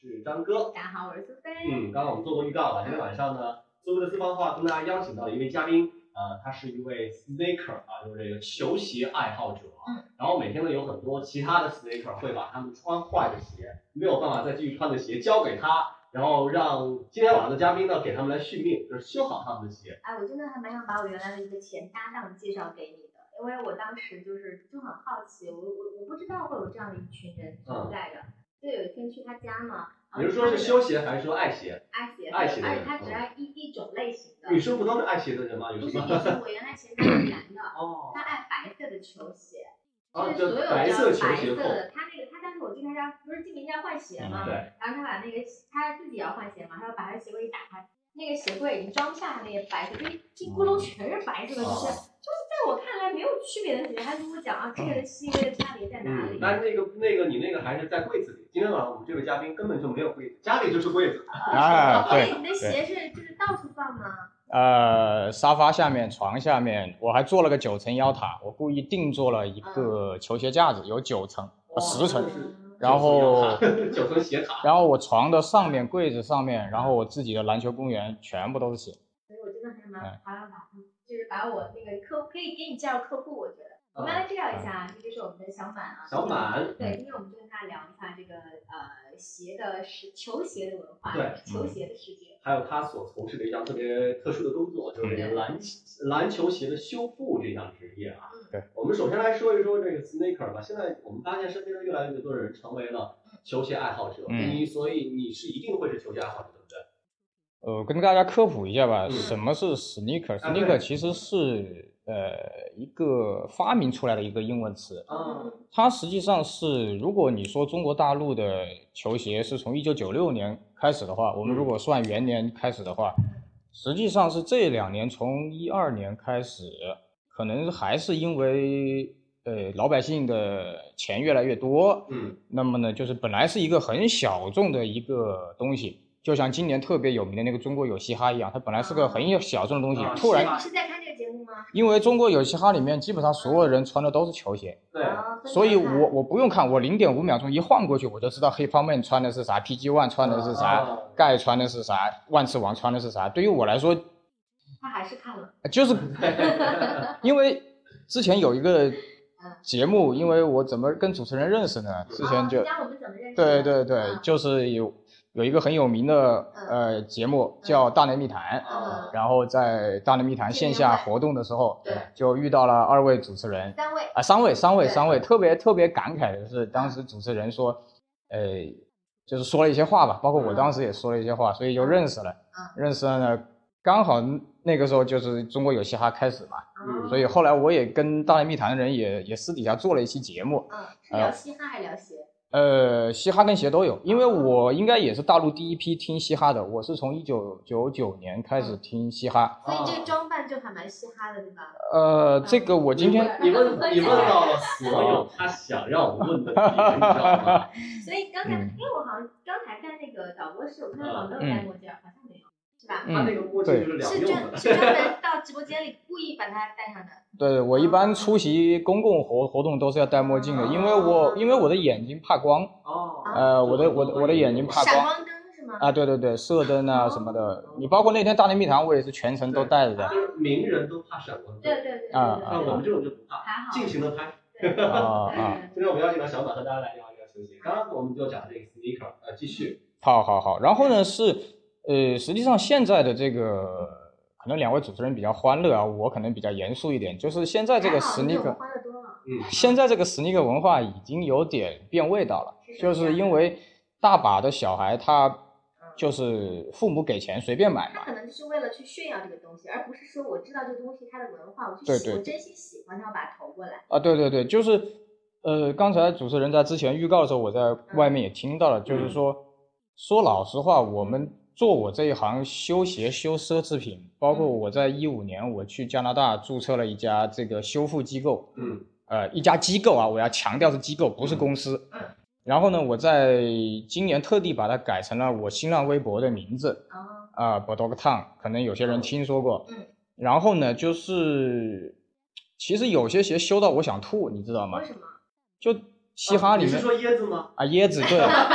是张哥。 大家好，我是苏菲。 刚刚我们做过预告了，今天晚上呢，苏菲的私房话跟大家邀请到了一位嘉宾，他是一位 sneaker 啊，就是这个球鞋爱好者。然后每天呢有很多其他的 sneaker 会把他们穿坏的鞋，没有办法再继续穿的鞋交给他，然后让今天晚上的嘉宾呢给他们来续命，就是修好他们的鞋。 我真的还蛮想把我原来的一个前搭档介绍给你的，因为我当时就很好奇，我不知道会有这样的一群人存在的。就有一天去他家嘛， 你是说是修鞋还是说爱鞋？ 爱鞋， 而且他只爱一种类型的。 女生不都是爱鞋的人吗？ 不是女生，我原来前搭是男的，他爱白色的球鞋。就是所有的白色的，他当时我进他家不是进人家换鞋吗？ 对。 然后他把那个他自己要换鞋嘛，他要把他鞋柜一打开，那个鞋柜已经装不下他那些白色，一咕噜全是白色的，就是在我看来没有区别的鞋，他跟我讲这个的细微的差别在哪里？ 但那个你那个还是在柜子里。今天晚上我们这位嘉宾根本就没有柜子，家里就是柜子。 所以你的鞋就是到处放吗？ 沙发下面、床下面，我还做了个9层腰塔，我故意定做了一个球鞋架子，有9层、10层，然后 9层鞋塔， 然后我床的上面、柜子上面，然后我自己的篮球公园全部都是鞋。 所以我真的还蛮就是把我那个可以给你介绍客户，我觉得。我们来介绍一下，这就是我们的小满啊。 小满。 对，今天我们就跟大家聊一下这个球鞋的文化， 对， 球鞋的世界。 还有他所从事的一项特别特殊的工作，就是这个篮球鞋的修复这项职业啊。 对， 我们首先来说一说这个 sneaker 吧。现在我们发现身边的越来越多的人成为了球鞋爱好者，所以你是一定会是球鞋爱好者，对不对？ 跟大家科普一下吧，什么是 sneaker？sneaker 其实是一个发明出来的一个英文词。它实际上是，如果你说中国大陆的球鞋是从1996年开始的话，我们如果算元年开始的话，实际上是这2年从12年开始，可能还是因为老百姓的钱越来越多，那么呢，就是本来是一个很小众的一个东西。就像今年特别有名的那个中国有嘻哈一样，它本来是个很小众的东西，突然。 你是在看这个节目吗？ 因为中国有嘻哈里面基本上所有人穿的都是球鞋， 对， 所以我不用看，我0.5秒钟一晃过去，我就知道 Hip Hop Man 穿的是啥 ，PG One 穿的是啥，盖穿的是啥，万磁王穿的是啥。对于我来说， 他还是看了， 就是因为之前有一个节目，因为我怎么跟主持人认识呢？之前就教我们怎么认识？ 对，就是有一个很有名的节目叫《大内密谈》，然后在《大内密谈》线下活动的时候，就遇到了2位主持人，3位，特别感慨的是，当时主持人说，就是说了一些话吧，包括我当时也说了一些话，所以就认识了，认识了呢，刚好那个时候就是中国有嘻哈开始嘛，所以后来我也跟《大内密谈》的人也私底下做了一期节目， 是聊嘻哈还是聊鞋？ 嘻哈跟鞋都有，因为我应该也是大陆第一批听嘻哈的，我是从1999年开始听嘻哈， 所以这个装扮就还蛮嘻哈的，对吧？ 这个我今天你问到了所有他想让我问的问题，你知道吗？ 所以刚才，因为我好像刚才在那个导播室，我看到老没有戴墨镜，好像没有，是吧？ 他那个墨镜就是两用的， 是专门到直播间里故意把它戴上的。 对，我一般出席公共活动都是要戴墨镜的，因为我的眼睛怕光。我的眼睛怕光。 闪光灯是吗？ 对，射灯啊什么的。你包括那天大内密谈，我也是全程都戴着的。 就是名人都怕闪光灯。 对。 像我们这种就不怕，尽情的拍。今天我们邀请到小满和大家来聊一聊球鞋。刚刚我们就讲这个 sneaker， 继续。 好。然后呢是实际上现在的这个。可能2位主持人比较欢乐啊，我可能比较严肃一点。就是现在这个 sneaker，现在这个 sneaker 文化已经有点变味道了，就是因为大把的小孩他就是父母给钱随便买嘛， 他可能就是为了去炫耀这个东西，而不是说我知道这个东西它的文化，我真心喜欢它，我把它投过来。 对，就是刚才主持人在之前预告的时候，我在外面也听到了，就是说老实话，我们做我这一行修鞋修奢侈品，包括我在15年我去加拿大注册了一家这个修复机构，一家机构啊，我要强调是机构，不是公司。然后呢，我在今年特地把它改成了我新浪微博的名字，Bodog Town， 可能有些人听说过。然后呢，就是其实有些鞋修到我想吐，你知道吗？ 为什么？ 就嘻哈里面。 你是说椰子吗？ 椰子对。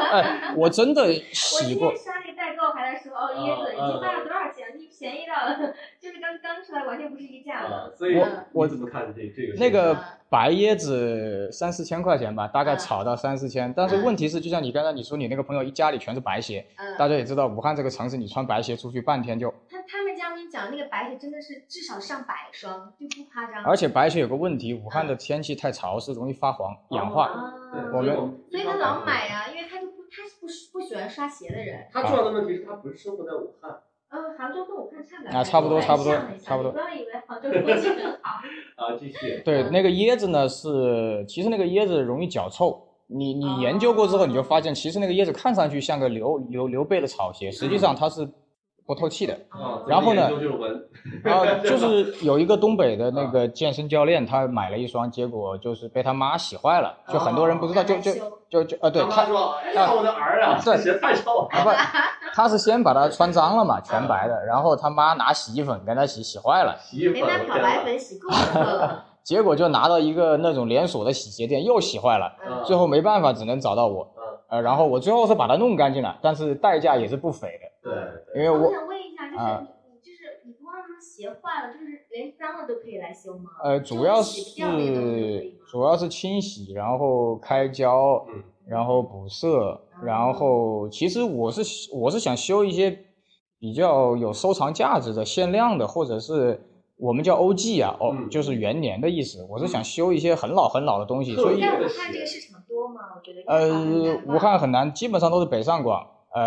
哎，我真的我洗过今天。刷那个代购还在说哦，椰子已经卖了多少钱？你便宜到就是刚出来完全不是一个价格。 所以我你怎么看这个？ 那个白椰子3、4千块钱吧，大概炒到3、4千。但是问题是，就像你刚才你说你那个朋友一家里全是白鞋，大家也知道武汉这个城市，你穿白鞋出去半天就。 他们家我跟你讲，那个白鞋真的是至少上100双，就不夸张。 而且白鞋有个问题，武汉的天气太潮湿，容易发黄氧化。我们所以他老买啊，因为他是不喜欢刷鞋的人。 他重要的问题是他不是生活在武汉。 杭州跟武汉差不啊，差不多。 你不要以为杭州空气很好。 继续。 对，那个椰子呢其实那个椰子容易脚臭。你研究过之后，你就发现其实那个椰子看上去像个溜背的草鞋，实际上它是不透气的。然后呢，就是有一个东北的那个健身教练，他买了一双，结果就是被他妈洗坏了。就很多人不知道，对， 他说，哎呀，我的儿啊，这鞋太臭了。 不，他是先把它穿脏了嘛，全白的，然后他妈拿洗衣粉跟他洗坏了。 洗衣粉， 那漂白粉洗够了。 结果就拿到一个那种连锁的洗鞋店，又洗坏了。最后没办法，只能找到我。然后我最后是把它弄干净了，但是代价也是不菲的。 对， 因为我想问一下，就是你不光是鞋坏了，就是连脏了都可以来修吗？ 主要是清洗，然后开胶，然后补色，然后其实我是想修一些比较有收藏价值的、限量的，或者是我们叫 OG 啊，就是元年的意思。我是想修一些很老的东西，所以在武汉这个市场多吗？我觉得武汉很难，基本上都是北上广，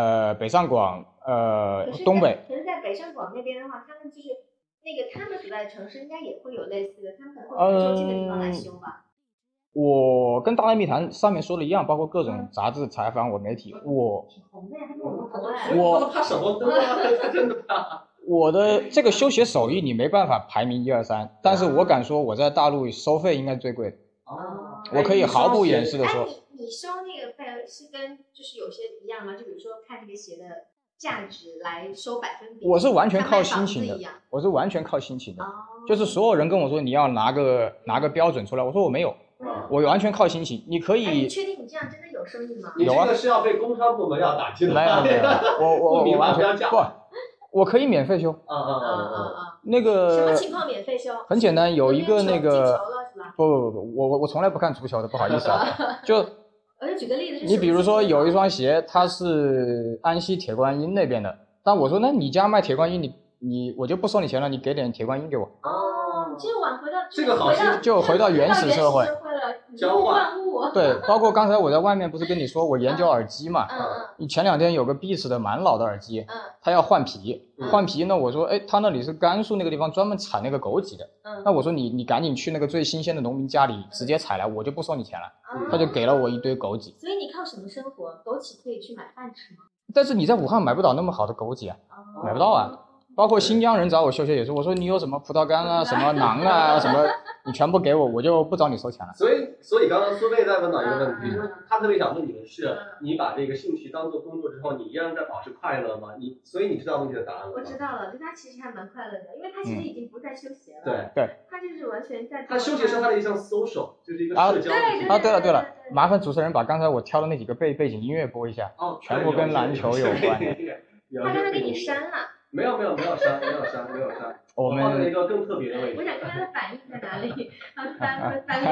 东北。 可是在北上广那边的话，他们就是他们所在的城市应该也会有类似的，他们可能会从就近的地方来修吧。 我跟《大内密谈》上面说的一样，包括各种杂志采访我媒体，挺红的呀，他跟我们红哎。 他什么都他真的怕。 我的这个修鞋手艺你没办法排名1、2、3，但是我敢说我在大陆收费应该最贵的。我可以毫不掩饰的说。 你收那个费是跟就是有些一样吗？就比如说看这个鞋的价值来收百分比。 我是完全靠心情的。就是所有人跟我说你要拿个标准出来，我说我没有。我完全靠心情。你可以。 你确定你这样真的有生意吗？ 你这个是要被工商部门要打击的。 没有，我完全不。我可以免费修。那个什么情况免费修？ 很简单，有一个那个不，我从来不看足球的，不好意思啊。就我就举个例子， 你比如说有一双鞋，它是安溪铁观音那边的，但我说那你家卖铁观音，我就不收你钱了，你给点铁观音给我。就回到原始社会。 交换。 对，包括刚才我在外面不是跟你说我研究耳机嘛？你前2天有个 Beats 的蛮老的耳机，他要换皮，呢，我说，他那里是甘肃那个地方专门产那个枸杞的，那我说你赶紧去那个最新鲜的农民家里直接采来，我就不收你钱了，他就给了我一堆枸杞。 所以你靠什么生活？枸杞可以去买饭吃吗？ 但是你在武汉买不到那么好的枸杞啊，买不到啊。包括新疆人找我修鞋也是，我说你有什么葡萄干啊、什么馕啊、什么，你全部给我，我就不找你收钱了。 所以刚刚苏贝在问到一个问题，就是他特别想问你们是，你把这个兴趣当做工作之后，你依然在保持快乐吗？所以你知道问题的答案了吗？ 我知道了，就他其实还蛮快乐的，因为他其实已经不再修鞋了。 对， 他就是完全在。 他修鞋是他的一项 social， 就是一个社交。 对了，麻烦主持人把刚才我挑的那几个背景音乐播一下，全部跟篮球有关的。 他刚才给你删了。 没有删。我放在一个更特别的位置。 我想看他的反应在哪里，翻脸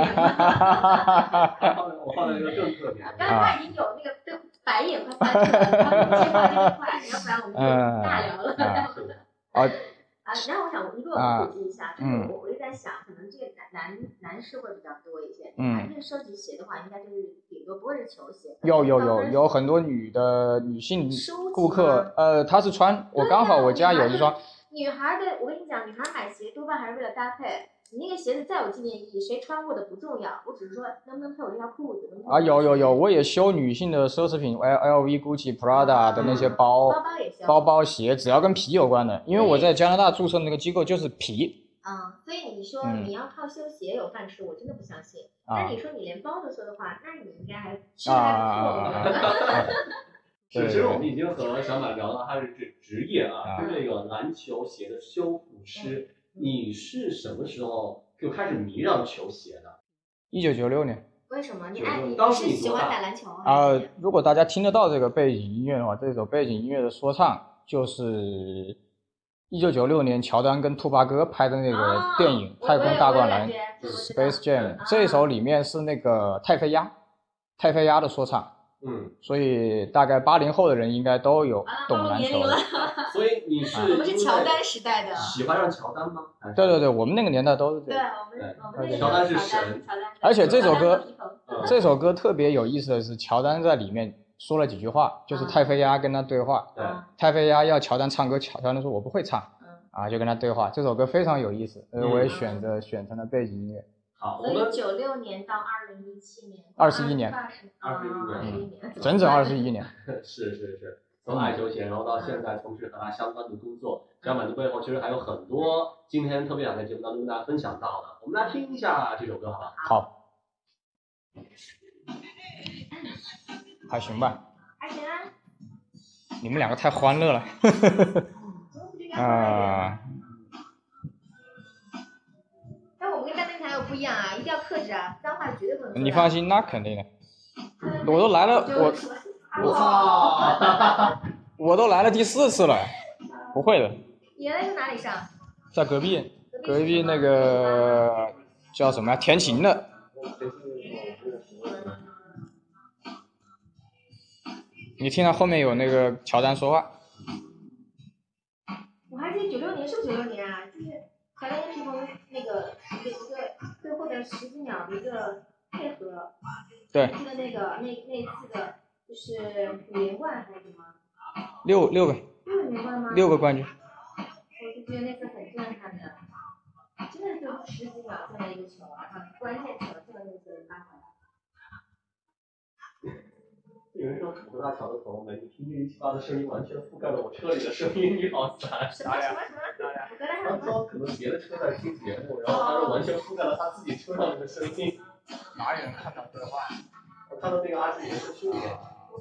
我放在一个更特别的。 刚才他已经有那个白眼快翻出来了，他不接话这么快，要不然我们就大聊了。然后我想一个我普及一下，就是我就在想，可能这个男士会比较多一些。男士收集鞋的话，应该就是顶多不会是球鞋。 有很多女性顾客，她是穿，我刚好我家有一双。 女孩的，我跟你讲，女孩买鞋多半还是为了搭配。你那个鞋子再有纪念意义，谁穿过的不重要，我只是说能不能配我这条裤子。 有，我也修女性的奢侈品 ，LV、GUCCI、Prada 的那些包也修， 包鞋，只要跟皮有关的，因为我在加拿大注册的那个机构就是皮。 所以你说你要靠修鞋有饭吃，我真的不相信。那你说你连包都修的话，那你应该还吃的还不错。 其实我们已经和小满聊到他是职业啊，是这个篮球鞋的修复师。你是什么时候就开始迷上球鞋的？ 1996年。 为什么？你当时是喜欢你多大打篮球如果大家听得到这个背景音乐的话，这首背景音乐的说唱就是1996年乔丹跟兔八哥拍的那个电影《太空大灌篮》（Space Jam），这一首里面是那个太妃鸭的说唱。所以大概80后的人应该都有懂篮球的。 所以你是我们是乔丹时代的， 喜欢上乔丹吗？ 对，我们那个年代都是这样。对，我们那个乔丹是神。 而且这首歌特别有意思的是，乔丹在里面说了几句话，就是太妃鸭跟他对话。太妃鸭要乔丹唱歌，乔丹说我不会唱，就跟他对话。这首歌非常有意思，我也选成了背景音乐。 好，所以96年到2017年 ，21年 ，21年， 整整21年。 是，从爱球鞋，然后到现在从事和他相关的工作，这样满足背后其实还有很多今天特别想在节目当中跟大家分享到的。我们来听一下这首歌，好吧？ 好，还行吧？ 还行啊。 你们两个太欢乐了。 但我们跟大内台有不一样啊，一定要克制啊，脏话绝对不能说。 你放心，那肯定的。我都来了，我都来了第4次了，不会的。 你原来在哪里上？ 在隔壁那个叫什么呀？田琴的。你听到后面有那个乔丹说话。 我还记得96年是不是96年啊？就是乔丹跟皮蓬那个一个最后的10几秒的一个配合。 对。 记得那次的就是5连冠还是什么 ？6个。 6个连冠吗 ？6个冠军。 我就觉得那次很震撼的，真的就10几秒这么一个球啊，关键球这么一个拉回来。 有人说土大桥的朋友们，你听107.8的声音完全覆盖了我车里的声音，你好惨。 什么？ 他说可能别的车在听节目，然后他说完全覆盖了他自己车上的声音。 哪有人看到这话？ 我看到那个阿基米德社区里面。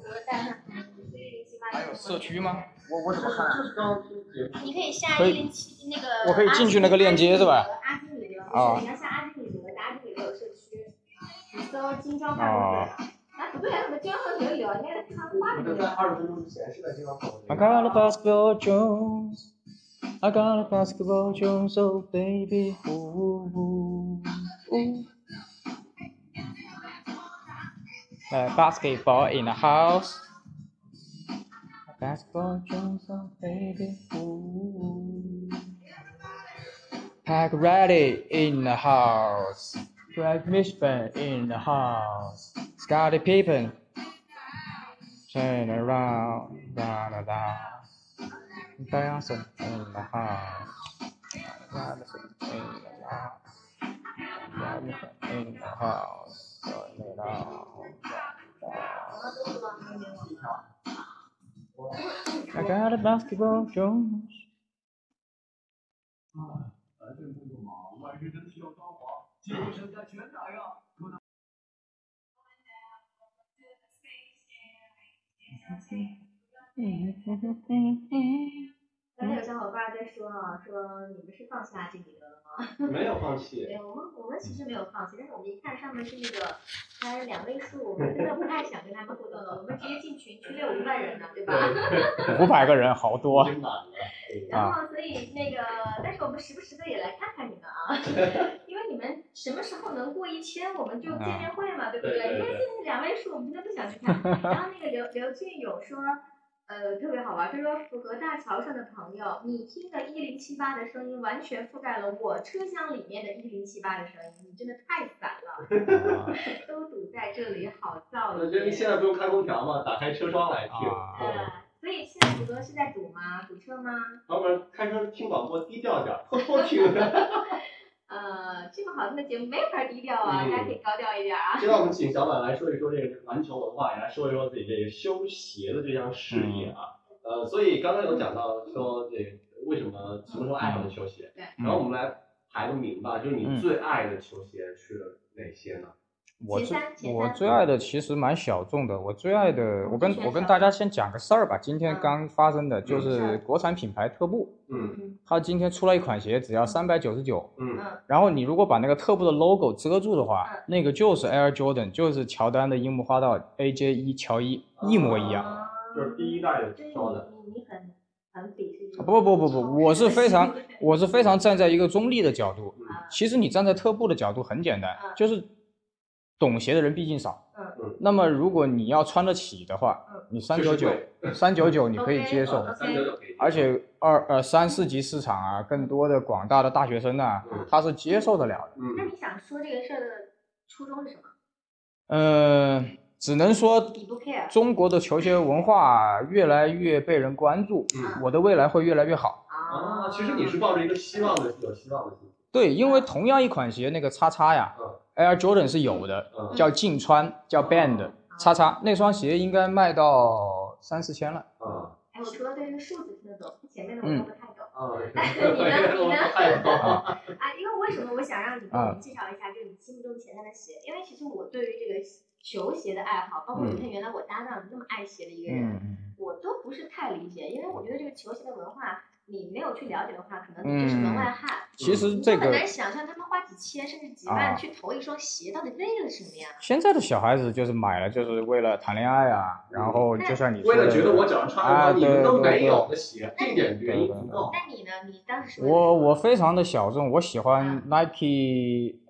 还有社区吗？我怎么看？ 就是刚刚听节目。 你可以下107那个。 我可以进去那个链接是吧？ 阿基米德，你要下阿基米德的阿基米德社区，你搜精装办公室。不对，我们经常和别人聊，应该在画里面。 在20分钟之前是在经常讨论。 I got a basketball Jones, I got a basketball Jones, oh baby, ooh, ooh, ooh. Basketball in the house. Basketball Jones, oh baby, ooh. Pack ready in the house. Greg Mishburn in the house. Scottie Pippen. Turn around, down, down. Johnson in the house. Robinson in the house. Robinson in the house. Turn it on, down. I got a basketball Jones. 反正工作忙，外人真需要装潢，精神在全哪呀？ 刚才有小伙伴在说说你们是放弃阿基米德了吗？ 没有放弃。 对，我们其实没有放弃，但是我们一看上面是那个才2位数，我们真的不太想跟他们互动了，我们直接进群去600-500人呢，对吧 ？500个人，好多。 然后所以那个，但是我们时不时的也来看看你们啊，因为你们什么时候能过1000，我们就见面会嘛，对不对？因为现在2位数，我们真的不想去看。然后那个刘俊友说。特别好玩。他说，福格大桥上的朋友，你听的1078的声音完全覆盖了我车厢里面的1078的声音，你真的太散了，都堵在这里，好噪音。 我觉得现在不用开空调嘛，打开车窗来听。 所以现在福格是在堵吗？堵车吗？ 要不然开车听广播低调点，偷偷听。 这么好听的节目没法低调啊，大家可以高调一点啊。 现在我们请小满来说一说这个篮球文化，也来说一说自己这个修鞋的这项事业啊。所以刚刚有讲到说这为什么什么时候爱上的球鞋， 对。 然后我们来排个名吧，就是你最爱的球鞋是哪些呢？ 我最爱的其实蛮小众的，我最爱的，我跟大家先讲个事儿吧。今天刚发生的就是国产品牌特步，它今天出了一款鞋，只要399，然后你如果把那个特步的 logo 遮住的话，那个就是 Air Jordan， 就是乔丹的樱木花道 AJ1 乔一一模一样， 就是第一代的 Jordan。 你很鄙视。 不，我是非常站在一个中立的角度。其实你站在特步的角度很简单，就是懂鞋的人毕竟少。那么如果你要穿得起的话，你399你可以接受，而且3、4级市场啊，更多的广大的大学生啊，他是接受得了的。 那你想说这个事儿的初衷是什么？ 只能说中国的球鞋文化越来越被人关注，我的未来会越来越好。 其实你是抱着一个有希望的心情。 对，因为同样一款鞋，那个XX呀，Air Jordan 是有的，叫劲穿，叫 Band XX，那双鞋应该卖到3、4千了。 我除了对这个数字听得懂，前面的我都不太懂。你呢？因为为什么我想让你给我们介绍一下，就是你心目中前三的鞋？因为其实我对于这个球鞋的爱好，包括你看原来我搭档那么爱鞋的一个人，我都不是太理解，因为我觉得这个球鞋的文化，你没有去了解的话，可能你就是门外汉。 其实这个很难想象他们花几千甚至几万去投一双鞋，到底为了什么呀？ 现在的小孩子就是买了，就是为了谈恋爱啊，然后就像你说的， 为了觉得我脚上穿了你们都没有的鞋，这点原因不够。 那你呢？你当时我非常的小众，我喜欢 Nike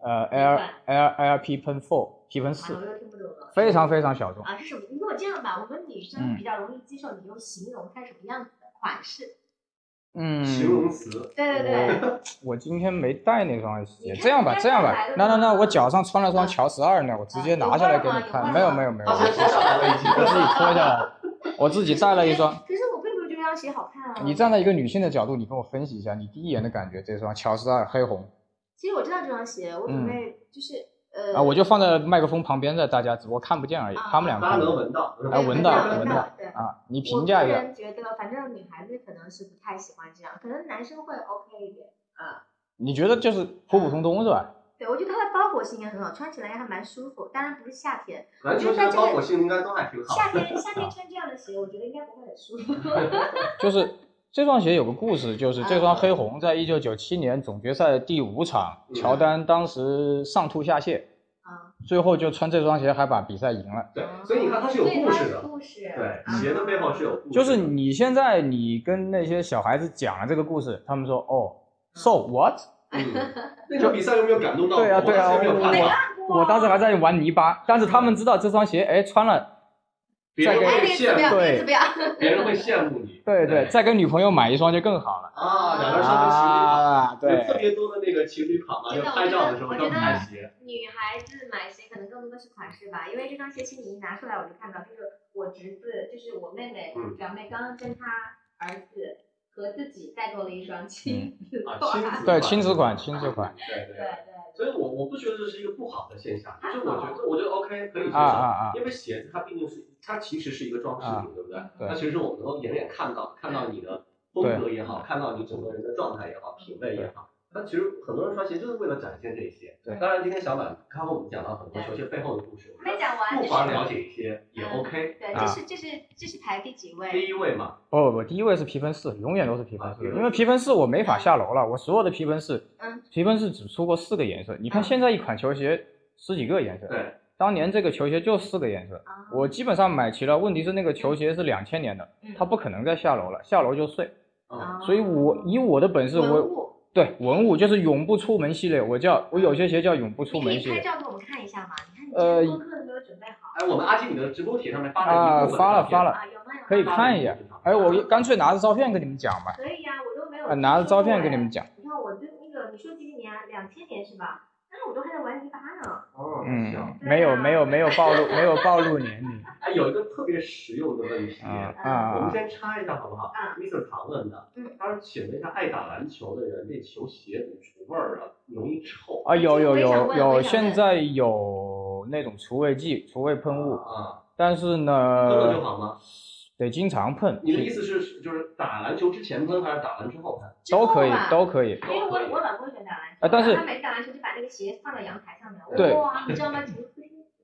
Air P-Pen 4 P-Pen 4，非常非常小众是什么？你跟我这样吧，我们女生比较容易接受，你用形容它是什么样子的款式。 形容词。 对。 我今天没带那双鞋，这样吧，那我脚上穿了双乔12呢，我直接拿下来给你看。没有，我自己脱下来，我自己带了一双。 可是我并不觉得这双鞋好看啊。 你站在一个女性的角度，你跟我分析一下，你第一眼的感觉，这双乔12黑红。 其实我知道这双鞋，我准备就是我就放在麦克风旁边，在大家只不过看不见而已，他们俩大家能闻到， 闻到你评价一下。 我个人觉得，反正女孩子可能是不太喜欢这样，可能男生会 OK 一点你觉得就是普普通通是吧？ 对，我觉得它的包裹性也很好，穿起来还蛮舒服。当然不是夏天， 篮球鞋的包裹性应该都还挺好。 夏天穿这样的鞋，我觉得应该不会很舒服。 就是这双鞋有个故事，就是这双黑红在1997年总决赛第5场，乔丹当时上吐下泻，最后就穿这双鞋还把比赛赢了。 对，所以你看它是有故事的。对，鞋的背后是有故事的。 就是你现在你跟那些小孩子讲了这个故事，他们说so what？ 那场比赛有没有感动到？ 对啊，我当时还在玩泥巴，但是他们知道这双鞋，穿了， 别人会羡慕， 对， 别人会羡慕你。 对，再跟女朋友买一双就更好了。 两个人穿成情侣款， 对， 特别多的那个情侣款嘛，就拍照的时候专门拍鞋。 女孩子买鞋可能更多的是款式吧，因为这双鞋其实你一拿出来我就看到，就是我侄子，就是我妹妹表妹刚刚跟她儿子和自己代购了一双亲子款， 对，亲子款， 对。所以我不觉得这是一个不好的现象，就是我觉得 OK 可以接受，因为鞋子它毕竟是它其实是一个装饰品，对不对？它其实我们能够眼看到你的风格也好，看到你整个人的状态也好，品味也好。那其实很多人穿鞋就是为了展现这些。对，当然今天小满刚刚我们讲到很多球鞋背后的故事， 没讲完， 不妨了解一些也 OK。 对，这是排第几位？ 第一位嘛。 我第一位是皮盆4，永远都是皮盆4，因为皮盆4我没法下楼了，我所有的皮盆4只出过4个颜色。你看现在一款球鞋10几个颜色， 对， 当年这个球鞋就4个颜色，我基本上买齐了。问题是那个球鞋是2000年的，它不可能再下楼了，下楼就碎。所以以我的本事，对，文物就是永不出门系列，我有些鞋叫永不出门系列。 你可以拍照给我们看一下吗？你看你这功课没有准备好。 我们阿基米的直播帖上面发了发了，可以看一下。我干脆拿着照片跟你们讲吧。 可以呀，我都没有。 拿着照片跟你们讲。 你看我对那个，你说几几年？2000年是吧？但是我都还在玩泥巴呢。 没有暴露年龄。 有一个特别实用的问题，我们先插一下好不好？Mr. 唐问的，他说请问一下，爱打篮球的人这球鞋怎么除味儿啊？容易臭有，现在有那种除味剂、除味喷雾但是呢， 喷了就好吗？ 得经常喷。 你的意思是就是打篮球之前喷还是打完之后喷？ 都可以。 因为我老公喜欢打篮球， 但是他每次打篮球就把那个鞋放到阳台上面， 对， 哇，你知道吗？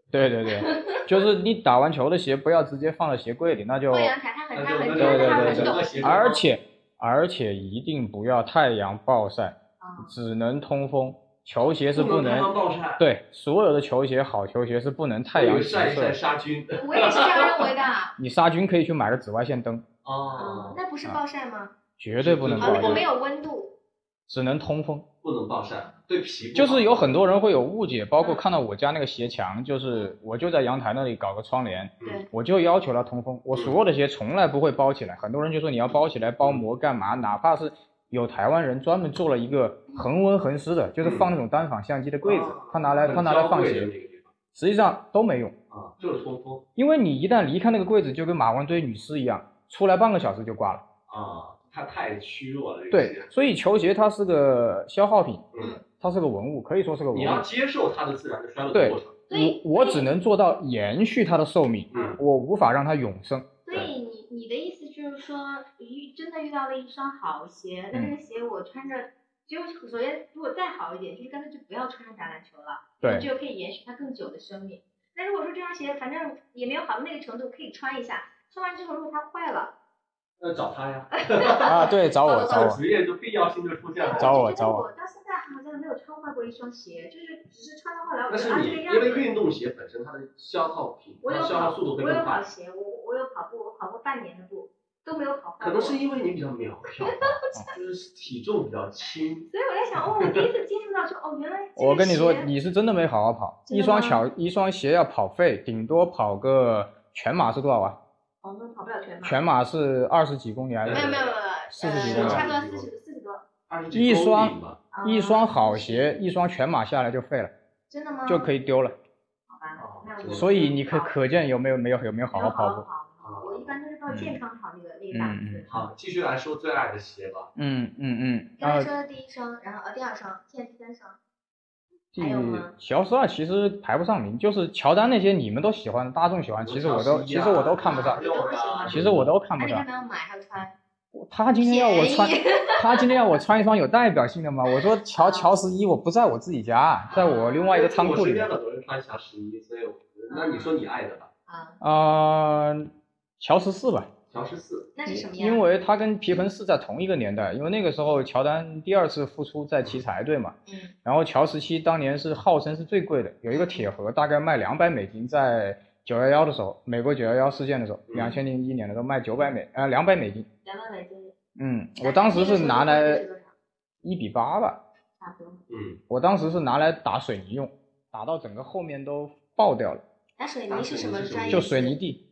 对对对，就是你打完球的鞋不要直接放在鞋柜里，那就放阳台它很对重， 对，而且一定不要太阳暴晒，只能通风。球鞋是不能暴晒， 对，所有的球鞋好球鞋是不能太阳直射。 晒杀菌。 我也是这样认为的。 你杀菌可以去买个紫外线灯。 那不是暴晒吗？ 绝对不能暴晒。 我没有温度。 只能通风， 不能暴晒，对皮肤。 就是有很多人会有误解，包括看到我家那个鞋墙，就是我就在阳台那里搞个窗帘，我就要求它通风，我所有的鞋从来不会包起来。很多人就说你要包起来包膜干嘛？哪怕是有台湾人专门做了一个恒温恒湿的，就是放那种单反相机的柜子，他拿来放鞋，实际上都没用就是通风。 因为你一旦离开那个柜子，就跟马王堆女尸一样，出来半个小时就挂了它太虚弱了。 对，所以球鞋它是个消耗品，它是个文物，可以说是个文物。 你要接受它的自然的衰落的过程。 我只能做到延续它的寿命，我无法让它永生。 所以你的意思就是说，真的遇到了一双好鞋，那这个鞋我穿着，就首先如果再好一点，就是干脆就不要穿着打篮球了， 对， 就可以延续它更久的生命。那如果说这双鞋反正也没有好到那个程度，可以穿一下，穿完之后如果它坏了。 找他呀！ 对，找我。 职业就必要性就出现了。 找我。 我到现在好像没有穿坏过一双鞋，就是只是穿到后来我觉得这个样子。因为运动鞋本身它的消耗品，消耗速度会更快。 我有跑鞋，我有跑步，我跑过半年的步，都没有跑坏过。 可能是因为你比较渺小，就是体重比较轻。 所以我在想，我第一次接触到说，原来。 我跟你说，你是真的没好好跑。一双鞋要跑废，顶多跑个全马是多少啊？ 那跑不了全马。 全马是20几公里还是？ 没有 ，40几公里， 差不多40 多。一双好鞋，一双全马下来就废了。 真的吗？ 就可以丢了。 好吧， 所以你可见有没有好好跑步？ 我一般都是到健康跑那个档次。 好，继续来说最爱的鞋吧。 刚才说的第一双，然后第二双，现在第三双。还有吗？ 乔十二其实排不上名，就是乔丹那些你们都喜欢，大众喜欢，其实我都看不上。其实我都看不上。 你干嘛要买还要穿？ 他今天要我穿一双有代表性的吗？我说乔11我不在我自己家，在我另外一个仓库里面。 我身边很多人穿乔11，所以那你说你爱的吧？ 乔14吧。 乔14，那是什么样？ 因为他跟皮蓬斯在同一个年代，因为那个时候乔丹第2次复出在奇才队嘛，然后乔17当年是号称是最贵的，有一个铁盒大概卖$200，在911的时候，美国911事件的时候，2001年的时候卖$200。 $200。 我当时是拿来1比8吧， 差不多。 我当时是拿来打水泥用，打到整个后面都爆掉了。 打水泥是什么专业？ 就水泥地。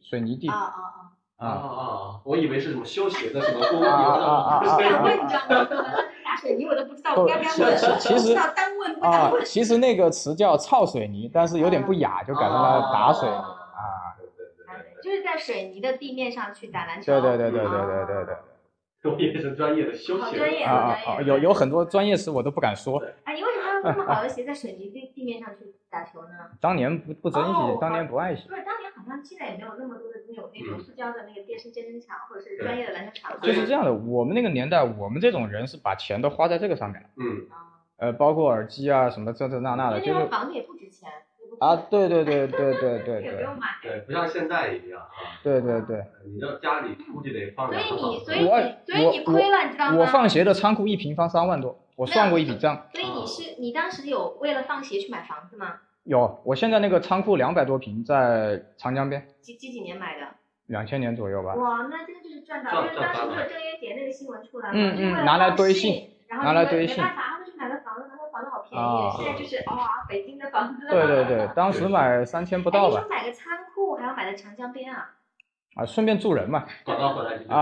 我以为是什么修鞋的什么工艺。 不敢问，你知道吗？打水泥我都不知道，我刚刚问。 其实单问不敢问。其实那个词叫操水泥，但是有点不雅，就改成了打水泥就是在水泥的地面上去打篮球。 对。 我以为是专业的修鞋。 有很多专业词我都不敢说。 你为什么要那么好的鞋在水泥地面上去打球呢？ 当年不珍惜，当年不爱惜。 不是，当年好像现在也没有那么多的那种塑胶的那个电视健身场或者是专业的篮球场。 就是这样的，我们那个年代，我们这种人是把钱都花在这个上面了。包括耳机啊什么这那的，就是房子也不值钱。 对。 也不用买。 对，不像现在一样。 对。 你这家里估计得放。 所以你亏了，你知道吗？ 我放鞋的仓库1平方3万多，我算过一笔账。 所以你当时有为了放鞋去买房子吗？ 有，我现在那个仓库200多平在长江边。 几年买的 ？2000年左右吧。 哇，那真的就是赚到，因为当时不是郑渊洁那个新闻出来吗？ 拿来堆信， 拿来堆信。没办法，他去买了房子，那房子好便宜，现在就是北京的房子。 对，当时买3000不到吧。 你说买个仓库还要买在长江边啊？ 顺便住人嘛。 广告回来就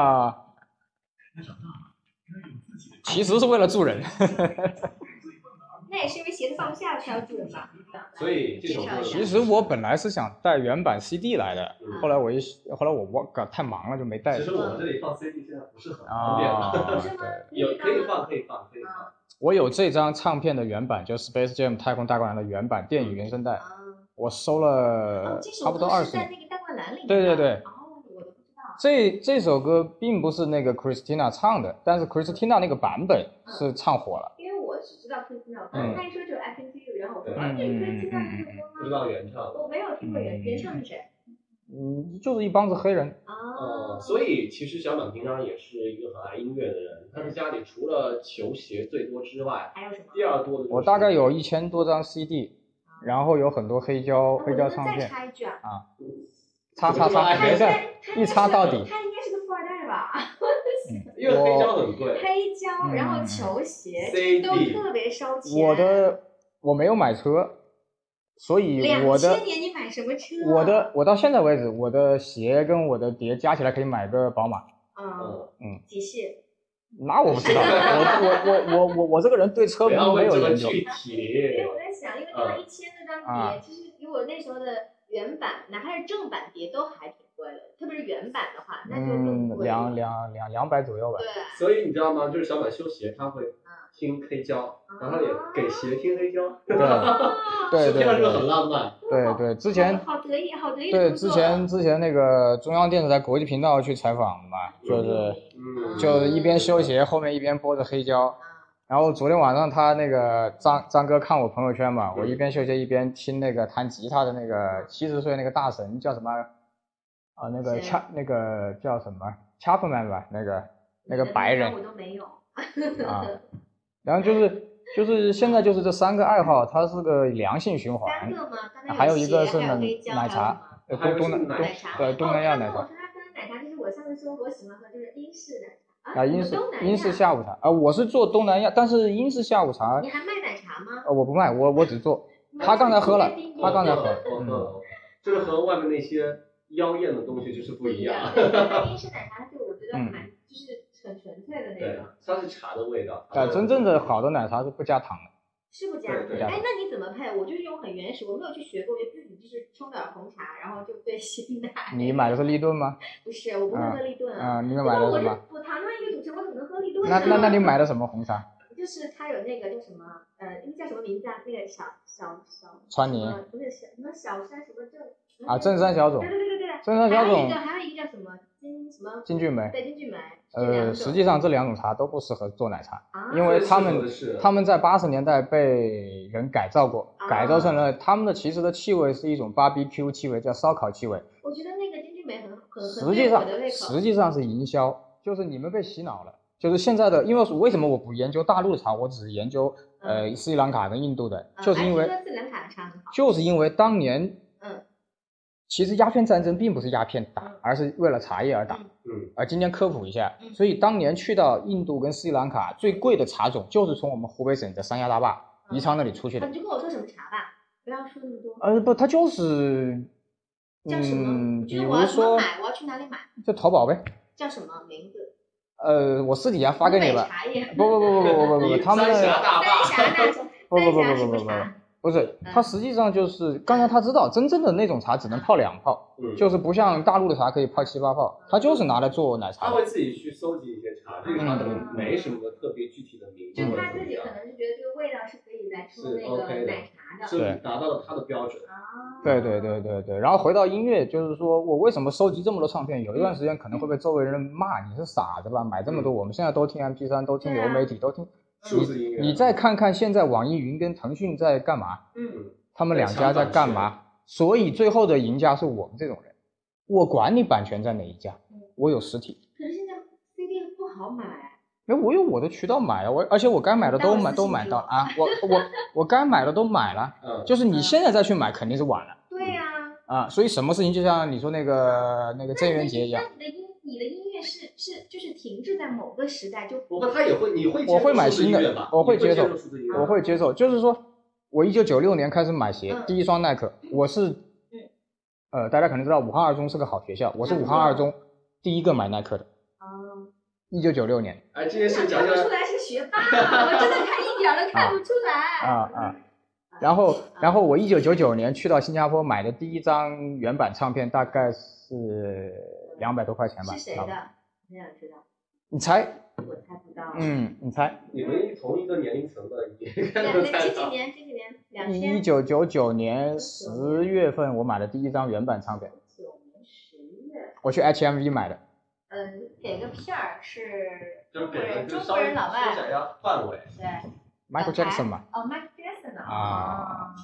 其实是为了住人。 那也是因为鞋子放不下才要住人吧。 所以这首歌其实我本来是想带原版 CD 来的，后来我太忙了就没带。 其实我们这里放 CD 现在不是很方便了。有可以放。 我有这张唱片的原版，就 Space Jam 太空大灌篮的原版电影原声带，我收了差不多20年。 在那个大灌篮里。 对。 我都不知道。 这首歌并不是那个 Christina 唱的，但是 Christina 那个版本是唱火了。 因为我只知道 Christina，他一说就 I Can See You， 然后我说对 Christina 这首歌吗？ 不知道原唱。 我没有听过原唱是谁？ 就是一帮子黑人。 所以其实小满平常也是一个很爱音乐的人。他的家里除了球鞋最多之外， 还有什么？ 第二多的我大概有1000多张 CD，然后有很多黑胶唱片。 再插一句啊。 插，没事，一插到底。 他应该是个富二代吧？ 因为黑胶很贵。 黑胶，然后球鞋都特别烧钱。 我没有买车。所以 2000年你买什么车？ 我到现在为止，我的鞋跟我的碟加起来可以买个宝马。 几系？ 那我不知道，我这个人对车没有研究。 具体。 因为我在想，因为那1000多张碟，其实如果那时候的原版，哪怕是正版碟都还挺贵的，特别是原版的话，那就更贵了。 200左右吧。 对。 所以你知道吗？就是小满修鞋，他会听黑胶，然后他也给鞋听黑胶。 对， 听上去很浪漫。 对，之前好得意。 对，之前那个中央电视台国际频道去采访嘛，就是一边修鞋，后面一边播着黑胶。然后昨天晚上他那个张哥看我朋友圈嘛，我一边修鞋一边听那个弹吉他的那个70岁那个大神叫什么那个叫什么 Chapman 吧，那个白人。 我都没有。 然后就是现在就是这3个爱好，它是个良性循环。 3个吗？ 还有一个是奶茶，东南亚奶茶。 我说他跟奶茶，就是我上次说我喜欢喝就是英式奶茶。 英式下午茶我是做东南亚，但是英式下午茶。 你还卖奶茶吗？ 我不卖，我只做。他刚才喝了， 这个和外面那些妖艳的东西就是不一样。 英式奶茶就我觉得就是很纯粹的那种。 它是茶的味道。 真正的好的奶茶是不加糖的。 是不加？那你怎么配？我就是用很原始，我没有去学过，我就自己就是冲点红茶，然后就兑鲜奶。 你买的是立顿吗？ 不是，我不会喝立顿你买的什么？ 我堂堂一个主持人，我怎么能喝立顿呢？ 那你买的什么红茶？ 就是它有那个叫什么那叫什么名字啊？那个小川宁不是什么小山什么镇正山小种。 对。 正山小种还有一个叫什么金骏眉。 对，金骏眉。 实际上这2种茶都不适合做奶茶，因为他们在80年代被人改造过，改造成了他们的其实的气味是一种 BBQ 气味，叫烧烤气味。 我觉得那个金骏眉很实际上是营销，就是你们被洗脑了。就是现在的，因为为什么我不研究大陆的茶，我只研究斯里兰卡跟印度的，就是因为斯里兰卡的茶很好， 就是因为当年其实鸦片战争并不是鸦片打，而是为了茶叶而打。今天科普一下，所以当年去到印度跟斯里兰卡最贵的茶种就是从我们湖北省的三峡大坝宜昌那里出去的。 你就跟我说什么茶吧，不要说那么多。 不，它就是叫什么？ 比如说我要去哪里买？ 就淘宝呗。 叫什么名字？ 我私底下发给你吧。不，他们三峡不是，它实际上就是刚才他知道真正的那种茶只能泡2泡，就是不像大陆的茶可以泡7、8泡，它就是拿来做奶茶。 他会自己去搜集一些茶，这个茶可能没什么特别具体的名字， 就他自己可能是觉得这个味道是可以来冲那个奶茶的， 是达到了他的标准。 对。然后回到音乐，就是说我为什么收集这么多唱片？有一段时间可能会被周围人骂，你是傻子吧？买这么多，我们现在都听 MP3，都听流媒体，都听。你再看看现在网易云跟腾讯在干嘛？他们2家在干嘛？所以最后的赢家是我们这种人。我管你版权在哪一家，我有实体。 可是现在 CD 不好买。 我有我的渠道买啊，而且我该买的都买到啊，我该买的都买了。就是你现在再去买肯定是晚了。 对呀。 所以什么事情就像你说那个郑渊洁一样。 你的音乐就是停滞在某个时代就。 不过他也会， 我会买新的，我会接受，就是说，我1996年开始买鞋，第一双耐克，我是，大家可能知道武汉二中是个好学校，我是武汉二中第一个买耐克的。1996年。 这件事讲看不出来是学霸，我真的看一点都看不出来。 然后我1999年去到新加坡买的第一张原版唱片大概是200多块钱吧。 是谁的？我想知道。 你猜？ 我猜不到。 你猜？ 你们同一个年龄层的， 几几年？2000。 1999年10月份我买的第一张原版唱片。 9年10月。 我去 HMV 买的。 给个片儿是中国人老外。 缩小一下范围。 对。 Michael Jackson 嘛。 Michael Jackson 啊。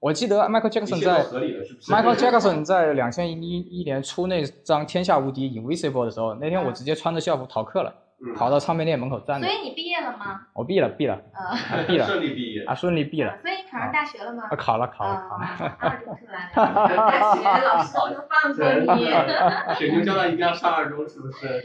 我记得 Michael Jackson 在 Michael Jackson 在2011年出那张《天下无敌 Invisible》的时候，那天我直接穿着校服逃课了，跑到唱片店门口站着。 所以你毕业了吗？ 我毕了，毕了， 顺利毕业啊，顺利毕了。 所以你考上大学了吗？ 考了。 二中出来了，大学老师都能放过你。 水牛教他一定要上二中，是不是？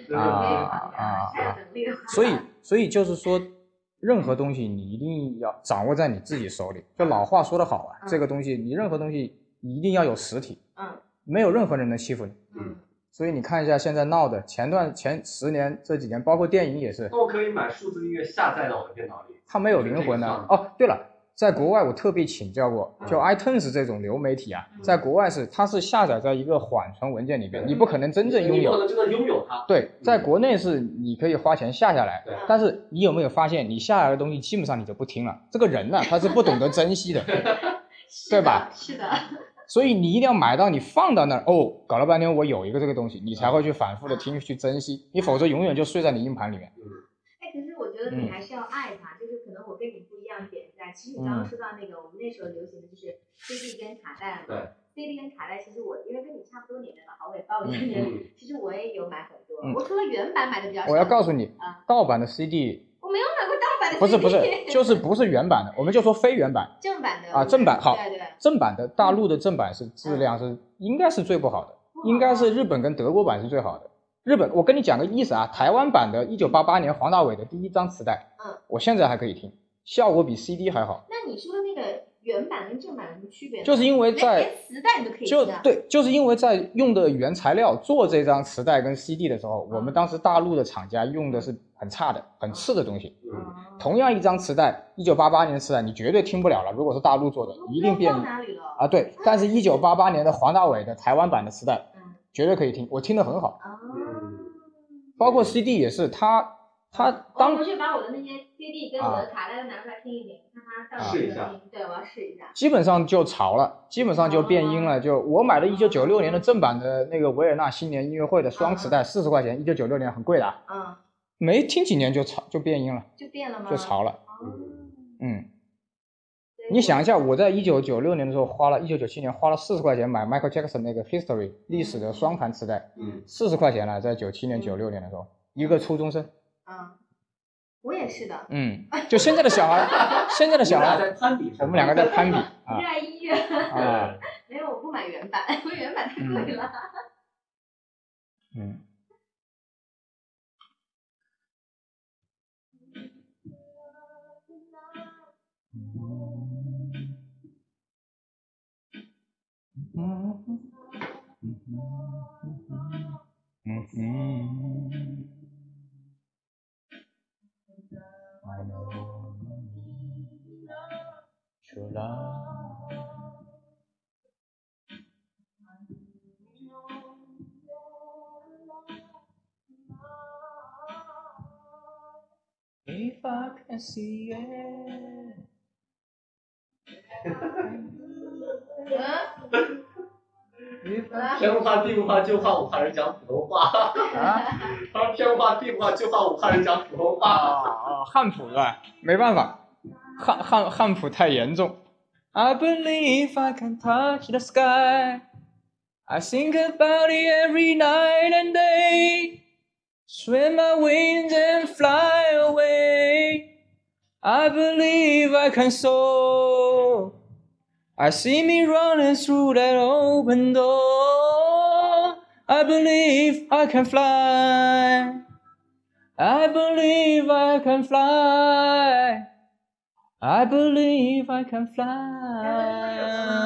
所以就是说。任何东西你一定要掌握在你自己手里。就老话说得好啊，这个东西你任何东西你一定要有实体，没有任何人能欺负你。所以你看一下现在闹的前10年这几年，包括电影也是。 那我可以买数字音乐下载到我的电脑里。它没有灵魂的。哦，对了。在国外我特别请教过，就 iTunes 这种流媒体啊，在国外它是下载在一个缓存文件里边，你不可能真正拥有。 你不可能真的拥有它。 对，在国内是你可以花钱下下来，但是你有没有发现，你下来的东西基本上你就不听了。这个人呢，他是不懂得珍惜的，对吧？ 是的。 所以你一定要买到，你放到那儿，搞了半天我有一个这个东西，你才会去反复的听去珍惜，你否则永远就睡在你硬盘里面。 可是我觉得你还是要爱它，就是可能我跟你不一样点在，其实你刚刚说到那个我们那时候流行的就是 CD 跟卡带嘛。CD 跟卡带，其实我因为跟你差不多年代嘛，好，我也报了一年，其实我也有买很多。我除了原版买的比较少。 我要告诉你，盗版的 CD。 我没有买过盗版的 CD。 不是，就是不是原版的，我们就说非原版。 正版的。 正版好。 对。 正版的大陆的正版是质量是应该是最不好的，应该是日本跟德国版是最好的。日本，我跟你讲个意思啊，台湾版的1988年黄大炜的第一张磁带，我现在还可以听，效果比 CD 还好。 那你说的那个原版跟正版有什么区别呢？ 就是因为在连磁带你都可以听啊。 对，就是因为在用的原材料做这张磁带跟 CD 的时候，我们当时大陆的厂家用的是很差的、很次的东西。同样一张磁带，1988年的磁带你绝对听不了了，如果是大陆做的，一定变哪里了啊？对，但是1988年的黄大炜的台湾版的磁带，绝对可以听，我听得很好。包括 CD 也是，他我回去把我的那些 CD 跟我的卡带都拿出来听一听，看他到底能听。对，我要试一下。 基本上就潮了，基本上就变音了。就我买的1996年的正版的那个维也纳新年音乐会的双磁带，40块钱，1996年很贵的。没听几年就变音了。就变了吗？就潮了。你想一下，我在1996年的时候1997年花了40块钱买 Michael Jackson 那个 History 历史的双盘磁带，40块钱了，在97年、96年的时候，一个初中生。 我也是的。 就现在的小孩，我们两个在攀比。 热爱音乐。没有，我不买原版，因为原版太贵了。 I know true love. If I can see it. 天不怕地不怕，就怕武汉人讲普通话。他说天不怕地不怕，就怕武汉人讲普通话。 汉普是吧？没办法，汉普太严重。I believe I can touch the sky. I think about it every night and day. Spread my wings and fly away. I believe I can soar. I see me running through that open door. I believe I can fly. I believe I can fly. I believe I can fly.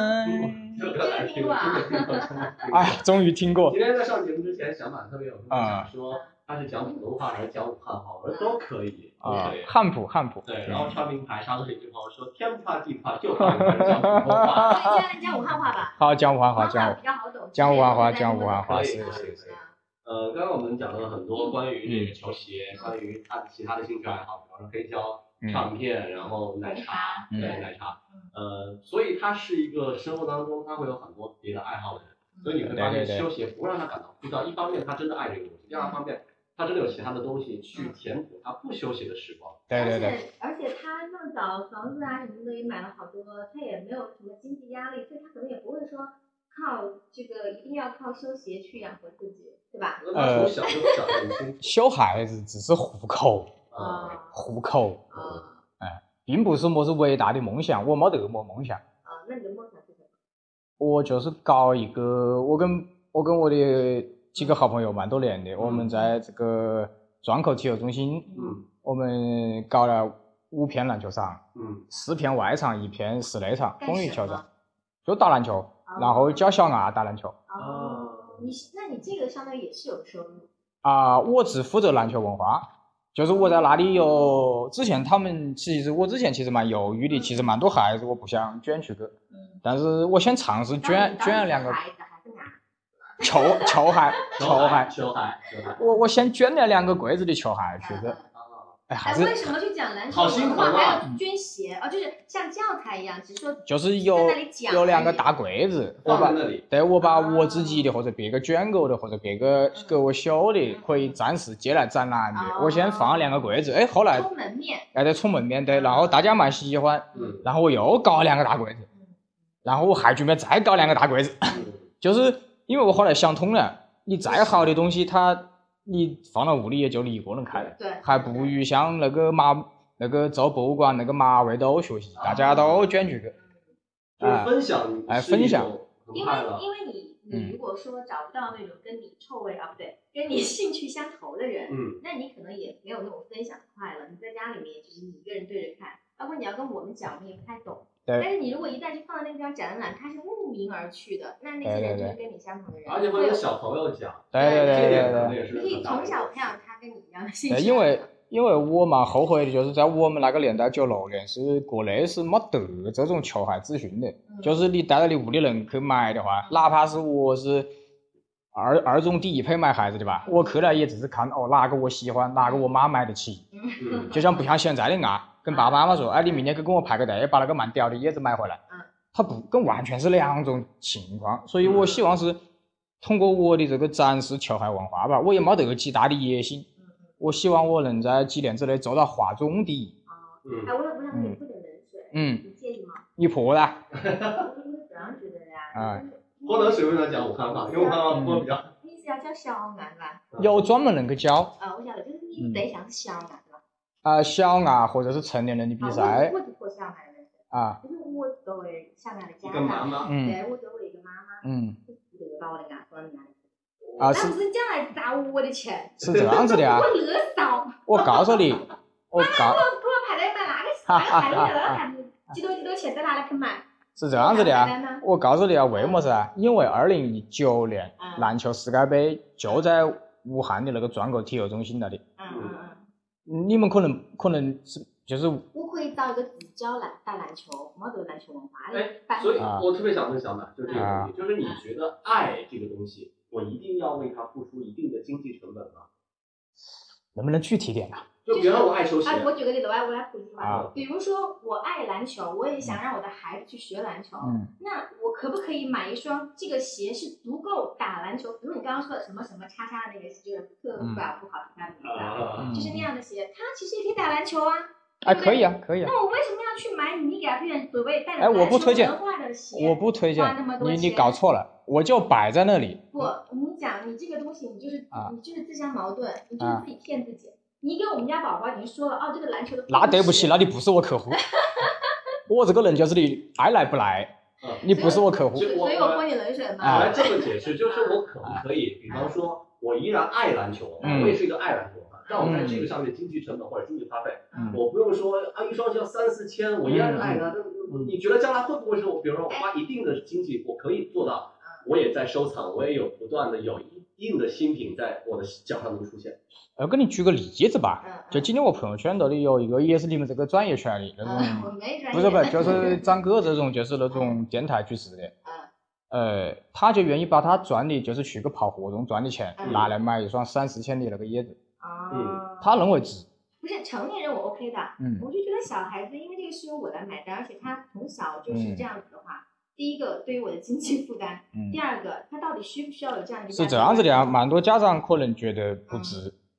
哎呀，终于听过。 今天在上节目之前，小马特别有想说他是讲普通话还是讲武汉话，我说都可以。 汉普。 对，然后穿名牌插了一句话，我说天不怕地不怕，就怕武汉人讲普通话。 所以现在讲武汉话吧。 好，讲武汉话，讲比较好懂。 讲武汉话，讲武汉话，是。 刚刚我们讲了很多关于这个球鞋，关于他的其他的兴趣爱好，比方说黑胶、唱片，然后奶茶，对奶茶，所以他是一个生活当中他会有很多别的爱好的人，所以你会发现修鞋不让他感到枯燥。一方面他真的爱这个东西，第二方面他真的有其他的东西去填补他不休息的时光。 对。 而且他弄找房子啊什么的也买了好多，他也没有什么经济压力，所以他可能也不会说靠这个一定要靠修鞋去养活自己，对吧？ 他从小就长得很清楚。 小孩子只是糊口，糊口，并不是么是伟大的梦想，我没得么梦想。 那你的梦想是什么？ 我就是搞一个，我跟我的几个好朋友蛮多年的，我们在这个庄口体育中心，我们搞了5片篮球场，4片外场，1片室内场，风雨球场，就打篮球，然后教小伢打篮球。 那你这个相当于也是有收入我只负责篮球文化，就是我在那里有之前他们我之前其实蛮犹豫的，其实蛮多孩子我不想卷去个，但是我先尝试卷2个。球孩，我先捐了2个柜子的球孩去个，还是为什么去讲篮球文化还要捐鞋就是像教材一样，只是说就是有2个大柜子，我把我自己的或者别个捐过的或者别个给我修的可以暂时借来展览的，我先放2个柜子，后来充门面， 对，充门面，对，然后大家蛮喜欢，然后我又搞2个大柜子，然后我还准备再搞2个大柜子，就是因为我后来想通了，你再好的东西你放到屋里也就你一个人开了， 对， 还不如像那个做博物馆那个马未都学习，大家都卷去个， 就是分享， 分享。 因为你如果说找不到那种跟你臭味不对，跟你兴趣相投的人，那你可能也没有那种分享的快乐。你在家里面就是你一个人对着看，包括你要跟我们讲，我们也不太懂。但是你如果一旦就放在那个地方展览，他是慕名而去的，那些人就是跟你相同的人， 而且会跟小朋友讲， 对， 你可以从小培养他跟你一样的兴趣。 因为我蛮后悔的，就是在我们那个年代96年是国内是没得这种球孩咨询的，就是你带到你屋里人去买的话，哪怕是我是二中第一配买孩子的吧，我去了也只是看哪个我喜欢，哪个我妈买得起，就像不像现在的跟爸爸妈妈说，你明天去跟我排个队，把那个蛮屌的叶子买回来，它不跟完全是2种情况，所以我希望是通过我的这个展示球孩文化吧，我也没得个极大的野心，我希望我能在几年之内做到华中第一。 我想给你泼点冷水，你介意吗？ 你泼的。 我是这样觉得的呀。 泼冷水为啥讲武汉话？因为武汉话泼比较。 你是要教小伢对吧？ 有专门人去教。 我晓得，就是你对象是小伢对吧？ 小伢或者是成年人的比赛。 我是泼小伢的人。就是我作为小伢的家长，对，我作为一个妈妈，不得把我的伢放到你那里。那不是将来砸我的钱。 是这样子的啊。 我乐少。 我告诉你， 我排队买那个孩子几多钱在哪里去买？ 是这样子的啊，我告诉你啊，为么子啊？因为2019年篮球世界杯就在武汉的那个庄口体育中心那里。你们可能是就是我可以找一个自教打篮球，没得篮球文化的。 所以我特别想问小马，就是这个问题，就是你觉得爱这个东西，我一定要为它付出一定的经济成本吗？ 能不能具体点啊？ 就比如说我爱球鞋， 我举个例子，我来普及化。比如说我爱篮球，我也想让我的孩子去学篮球。那我可不可以买一双这个鞋是足够打篮球？比如你刚刚说的什么什么叉叉的那个鞋，就是特不好听的名字，就是那样的鞋，它其实也可以打篮球啊。 可以啊。那我为什么要去买你给他推荐所谓带着篮球文化的鞋？ 我不推荐，你搞错了，我就摆在那里。 不，我跟你讲，你这个东西你就是自相矛盾，你就是自己骗自己。你给我们家宝宝已经说了这个篮球的。 那对不起，那你不是我客户。我这个人就是你爱来不来，你不是我客户。 所以我泼你冷水嘛。 我来这么解释，就是我可不可以，比方说，我依然爱篮球，我也是一个爱篮球。但我在这个上面的经济成本或者经济花费，我不用说一双就要3、4千，我依然爱它。你觉得将来会不会是比如说我花一定的经济，我可以做到？我也在收藏，我也有不断的有一定的新品在我的脚上能出现。 我给你举个例子吧，就今天我朋友圈那里有一个也是你们这个专业圈里那种，不是就是张哥这种就是那种电台主持的，他就愿意把他赚的，就是去个跑活动赚的钱拿来买一双3、4千的那个椰子，他认为值。 不是成年人我 OK 的，我就觉得小孩子，因为这个是由我来买单，而且他从小就是这样子的话，第一个对于我的经济负担，第二个他到底需不需要有这样一个？ 是这样子的啊，蛮多家长可能觉得不值，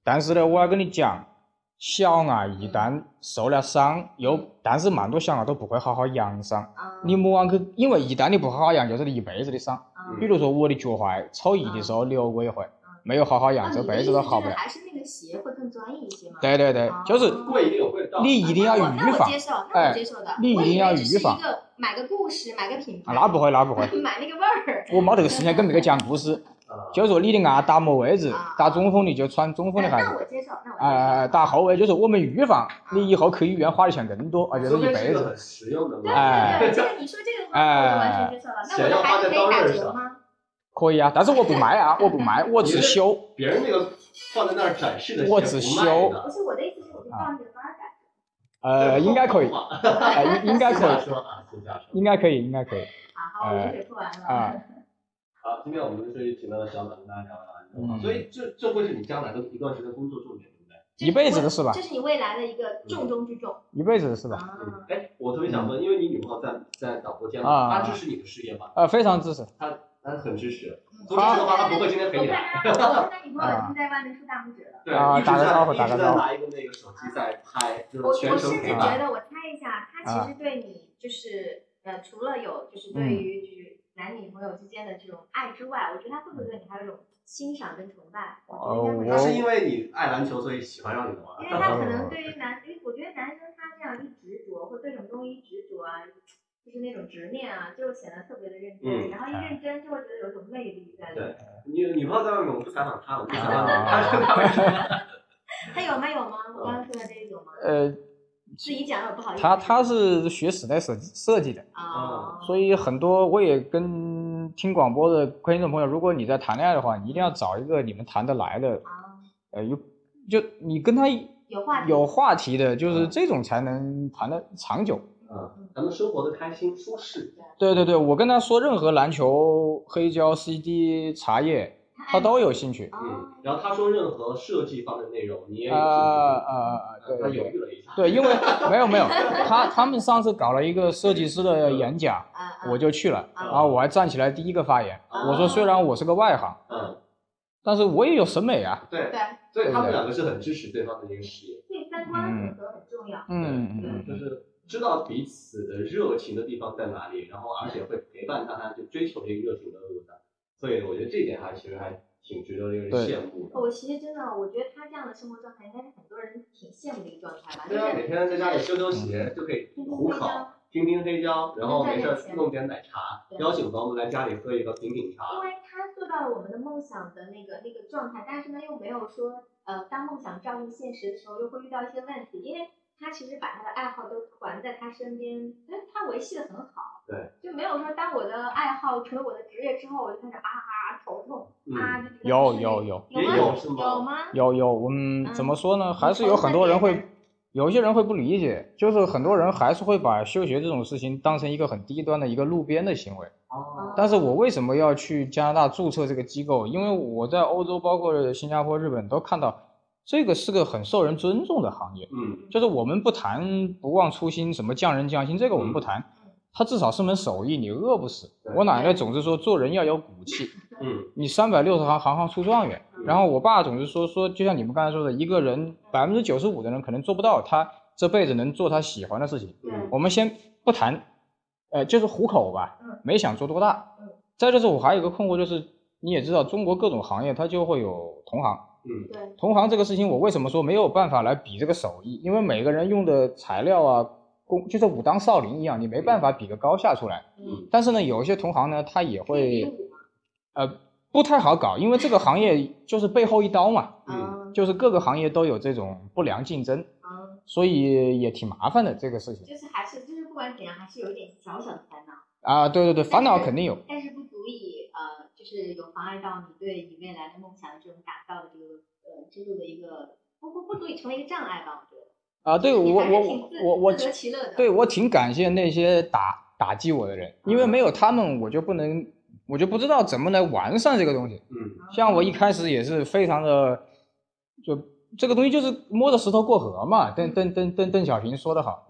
但是呢，我要跟你讲，小伢一旦受了伤，但是蛮多小伢都不会好好养伤。你莫往去，因为一旦你不好好养，就是你一辈子的伤。比如说我的脚踝，抽一的时候流过一回，没有好好养，这辈子都好不了。 还是那个鞋会更专业一些吗？ 对对对，就是贵一定有贵的道理。 你一定要预防。 那我接受，那我接受的。 你一定要预防。 一个买个故事，买个品牌。 那不会。 买那个味儿。 我没这个时间跟别个讲故事。就说你的伢打么位置，打中锋的就穿中锋的鞋子。 那我接受。 打后卫就是我们预防，你以后去医院花的钱更多，而且是一辈子。 很实用的。 对，这个你说这个话我就完全接受了。那我的孩子可以打折吗？ 可以啊，但是我不卖啊，我只修。 别人那个放在那儿展示的， 我只修。 不是我的意思是，我就放这个帮他改。 应该可以。应该可以。应该可以。 好，我就说完了。 好，今天我们是请到了小暖跟大家聊聊篮球，所以这会是你将来的一段时间工作重点，对不对？ 一辈子的事吧。 这是你未来的一个重中之重。 一辈子的事吧。 我特别想问，因为你女朋友在导播间嘛，她支持你的事业吗？ 非常支持。 她很支持。不支持的话，她不会今天陪你来。 我看他女朋友已经在外面竖大拇指了。 对， 打个招呼。 一直在拿一个那个手机在拍，就是全程陪伴。 我甚至觉得，我猜一下，他其实对你就是除了有就是对于就是男女朋友之间的这种爱之外，我觉得他会不会对你还有一种欣赏跟崇拜？ 他是因为你爱篮球，所以喜欢上你的吗？ 因为他可能对于我觉得男生他这样一执着，或对什么东西执着啊，就是那种执念啊，就显得特别的认真，然后一认真就会觉得有一种魅力在里面。 对，女朋友在外面，我不采访她，我不采访她。 他有吗？我刚刚说的这个有吗？自己讲有不好意思。 他是学室内设计的，所以很多我也跟听广播的观众朋友，如果你在谈恋爱的话，你一定要找一个你们谈得来的，就你跟他有话题的，就是这种才能谈得长久。 咱们生活的开心舒适。 对，我跟他说任何篮球、黑胶、CD、茶叶。他都有兴趣， 然后他说任何设计方面的内容，你也有兴趣， 他犹豫了一下， 对，因为没有，他们上次搞了一个设计师的演讲，我就去了，然后我还站起来第一个发言，我说虽然我是个外行，但是我也有审美啊， 对，所以他们两个是很支持对方的一个事业， 对，三观合很重要， 就是知道彼此的热情的地方在哪里，然后而且会陪伴他就追求这个热情的路上。所以我觉得这一点其实还挺值得令人羡慕的。 我其实真的，我觉得他这样的生活状态应该是很多人挺羡慕的一个状态吧。 对啊，每天在家里修鞋就可以糊烤，听黑胶，然后没事弄点奶茶，邀请朋友来家里喝一个品茶。 因为他做到了我们的梦想的那个状态，但是呢又没有说当梦想照进现实的时候又会遇到一些问题，因为他其实把他的爱好都团在他身边，所以他维系的很好。 对， 就没有说当我的爱好成了我的职业之后，我就开始头痛有吗？ 有，怎么说呢？还是有很多人会，有一些人会不理解，就是很多人还是会把休学这种事情当成一个很低端的一个路边的行为。但是我为什么要去加拿大注册这个机构？因为我在欧洲，包括新加坡、日本都看到。这个是个很受人尊重的行业，就是我们不谈不忘初心，什么匠人匠心，这个我们不谈，它至少是门手艺，你饿不死。我奶奶总是说做人要有骨气，你360行，行行出状元。然后我爸总是说，就像你们刚才说的，一个人95%的人可能做不到，他这辈子能做他喜欢的事情。我们先不谈，就是糊口吧，没想做多大。再就是我还有一个困惑，就是你也知道，中国各种行业它就会有同行。 对， 同行这个事情，我为什么说没有办法来比这个手艺？因为每个人用的材料啊，就是武当少林一样，你没办法比个高下出来。但是呢，有一些同行呢，他也会，不太好搞，因为这个行业就是背后一刀嘛。就是各个行业都有这种不良竞争。所以也挺麻烦的这个事情。 就是不管怎样，还是有一点小小的烦恼。 对，烦恼肯定有。 但是不足以就是有妨碍到你对你未来的梦想的这种打造的这个之路的一个不足以成为一个障碍吧，我觉得。对， 我自得其乐的。 对，我挺感谢那些打击我的人，因为没有他们，我就不知道怎么来完善这个东西。像我一开始也是非常的，就这个东西就是摸着石头过河嘛。邓小平说得好。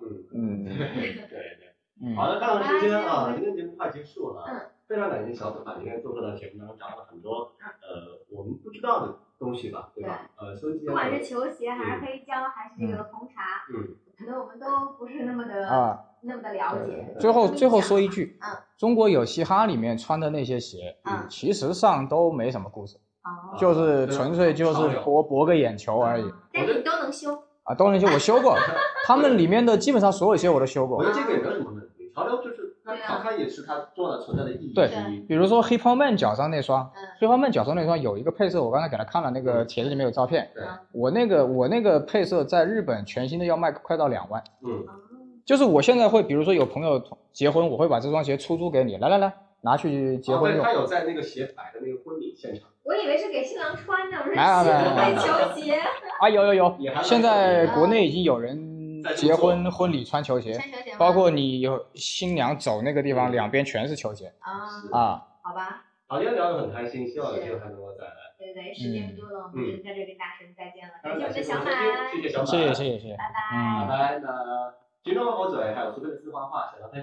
对。好的，看看时间啊，今天节目快结束了。非常感谢小左把今天做客到节目当中，讲了很多我们不知道的东西吧，对吧？收集不管是球鞋还是黑胶还是这个红茶，可能我们都不是那么的那么的了解。 最后说一句，中国有嘻哈里面穿的那些鞋，其实上都没什么故事，就是纯粹就是博个眼球而已。 但是你都能修啊，都能修，我修过，他们里面的基本上所有鞋我都修过。 我觉得这个也没有什么问题，潮流就是它好看也是它重要的存在的意义。 对，比如说 Hip Hop Man 脚上那双，Hip Hop Man 脚上那双有一个配色，我刚才给他看了那个帖子里面有照片，我那个配色在日本全新的要卖快到2万。就是我现在会，比如说有朋友结婚，我会把这双鞋出租给你，来拿去结婚用。 他有在那个鞋摆的那个婚礼现场。 我以为是给新郎穿的，我说新球鞋。 啊，有，现在国内已经有人结婚婚礼穿球鞋，包括你有新娘走那个地方，两边全是球鞋。 好吧。 好，今天聊得很开心，希望有机会还能够再来。 对，时间不多了，我们就在这里跟大家说再见了。感谢我们的小满， 谢谢小满， 谢谢， 拜拜。 拜拜。那金融和嘴还有苏菲的私房话，想要